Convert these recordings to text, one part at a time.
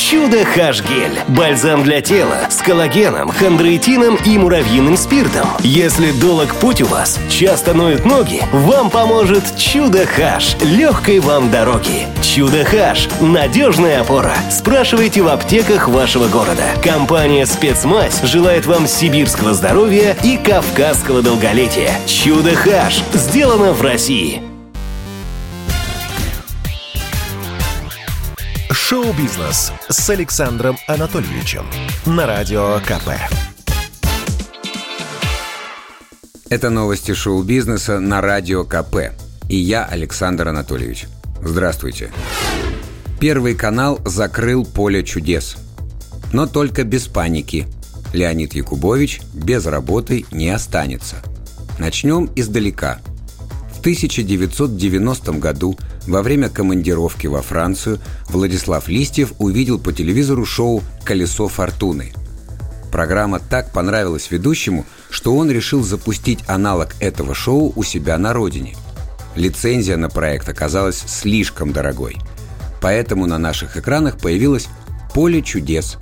Чудо-Хаш-гель. Бальзам для тела с коллагеном, хондроитином и муравьиным спиртом. Если долг путь у вас, часто ноют ноги, вам поможет Чудо-Хаш. Легкой вам дороги. Чудо-Хаш. Надежная опора. Спрашивайте в аптеках вашего города. Компания «Спецмазь» желает вам сибирского здоровья и кавказского долголетия. Чудо-Хаш. Сделано в России. Шоу-бизнес с Александром Анатольевичем на Радио КП. Это новости шоу-бизнеса на Радио КП. И я, Александр Анатольевич. Здравствуйте. Первый канал закрыл «Поле чудес». Но только без паники. Леонид Якубович без работы не останется. Начнем издалека. В 1990 году во время командировки во Францию Владислав Листьев увидел по телевизору шоу «Колесо фортуны». Программа так понравилась ведущему, что он решил запустить аналог этого шоу у себя на родине. Лицензия на проект оказалась слишком дорогой. Поэтому на наших экранах появилось «Поле чудес».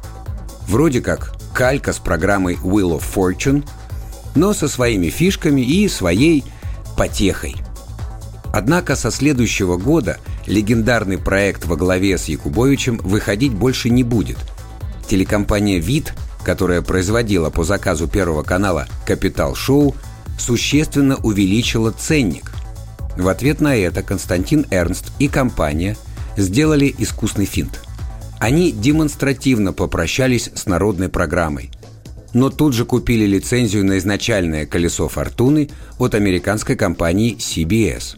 Вроде как калька с программой Wheel of Fortune, но со своими фишками и своей потехой. Однако со следующего года легендарный проект во главе с Якубовичем выходить больше не будет. Телекомпания «Вид», которая производила по заказу Первого канала «Капитал-шоу», существенно увеличила ценник. В ответ на это Константин Эрнст и компания сделали искусный финт. Они демонстративно попрощались с народной программой, но тут же купили лицензию на изначальное «Колесо фортуны» от американской компании CBS.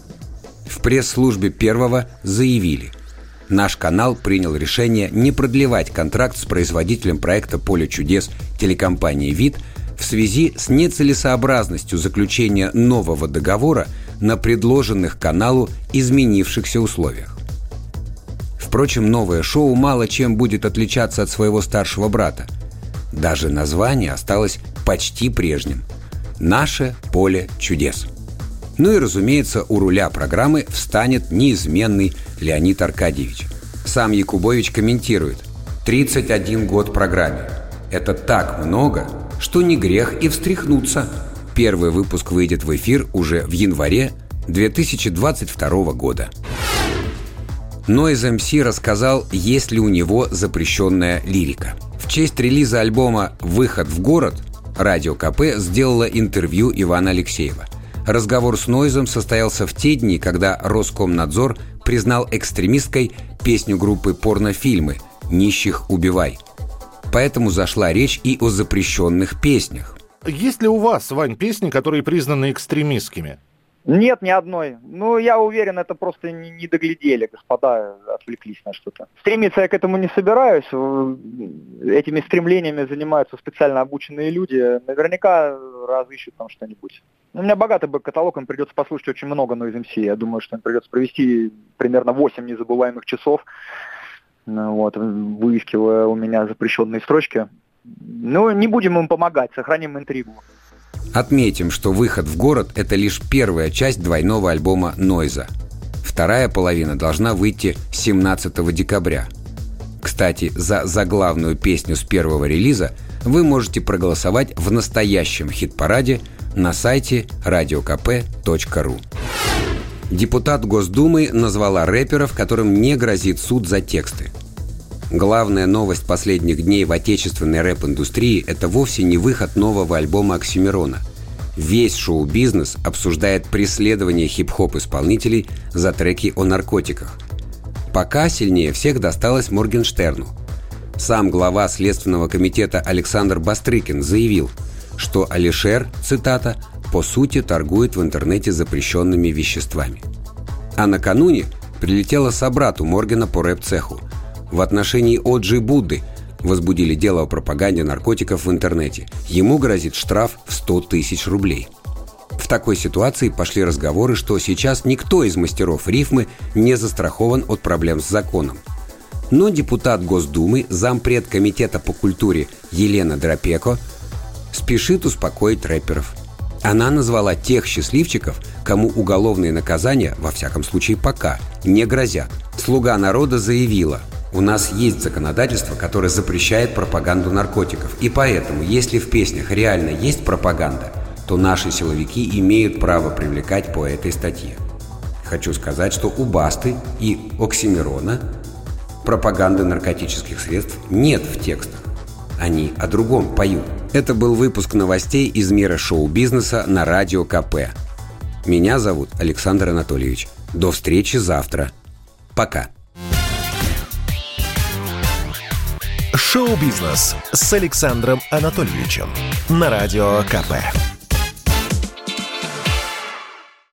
В пресс-службе Первого заявили: наш канал принял решение не продлевать контракт с производителем проекта «Поле чудес» телекомпании «Вид» в связи с нецелесообразностью заключения нового договора на предложенных каналу изменившихся условиях. Впрочем, новое шоу мало чем будет отличаться от своего старшего брата. Даже название осталось почти прежним – «Наше поле чудес». Ну и, разумеется, у руля программы встанет неизменный Леонид Аркадьевич. Сам Якубович комментирует: 31 год программе. Это так много, что не грех и встряхнуться. Первый выпуск выйдет в эфир уже в январе 2022 года. Noise MC рассказал, есть ли у него запрещенная лирика. В честь релиза альбома «Выход в город» Радио КП сделала интервью Ивана Алексеева. Разговор с Нойзом состоялся в те дни, когда Роскомнадзор признал экстремистской песню группы «Порнофильмы» «Нищих убивай». Поэтому зашла речь и о запрещенных песнях. Есть ли у вас, Вань, песни, которые признаны экстремистскими? Нет, ни одной. Ну, я уверен, это просто не доглядели, господа, отвлеклись на что-то. Стремиться я к этому не собираюсь. Этими стремлениями занимаются специально обученные люди. Наверняка разыщут там что-нибудь. У меня богатый бэк-каталог, им придется послушать очень много Noise MC. Я думаю, что им придется провести примерно 8 незабываемых часов, выискивая у меня запрещенные строчки. Ну, не будем им помогать, сохраним интригу. Отметим, что «Выход в город» — это лишь первая часть двойного альбома Нойза. Вторая половина должна выйти 17 декабря. Кстати, за заглавную песню с первого релиза вы можете проголосовать в настоящем хит-параде на сайте radiokp.ru. Депутат Госдумы назвала рэперов, которым не грозит суд за тексты. Главная новость последних дней в отечественной рэп-индустрии – это вовсе не выход нового альбома Оксимирона. Весь шоу-бизнес обсуждает преследование хип-хоп-исполнителей за треки о наркотиках. Пока сильнее всех досталось Моргенштерну. Сам глава Следственного комитета Александр Бастрыкин заявил, что Алишер, цитата, «по сути торгует в интернете запрещенными веществами». А накануне прилетела собрату Моргена по рэп-цеху. В отношении Оджи Будды возбудили дело о пропаганде наркотиков в интернете. Ему грозит штраф в 100 тысяч рублей. В такой ситуации пошли разговоры, что сейчас никто из мастеров рифмы не застрахован от проблем с законом. Но депутат Госдумы, зампред комитета по культуре Елена Дропеко спешит успокоить рэперов. Она назвала тех счастливчиков, кому уголовные наказания, во всяком случае пока, не грозят. «Слуга народа» заявила: У нас есть законодательство, которое запрещает пропаганду наркотиков. И поэтому, если в песнях реально есть пропаганда, то наши силовики имеют право привлекать по этой статье. Хочу сказать, что у Басты и Оксимирона пропаганды наркотических средств нет в текстах. Они о другом поют. Это был выпуск новостей из мира шоу-бизнеса на Радио КП. Меня зовут Александр Анатольевич. До встречи завтра. Пока. Шоу-бизнес с Александром Анатольевичем на Радио КП.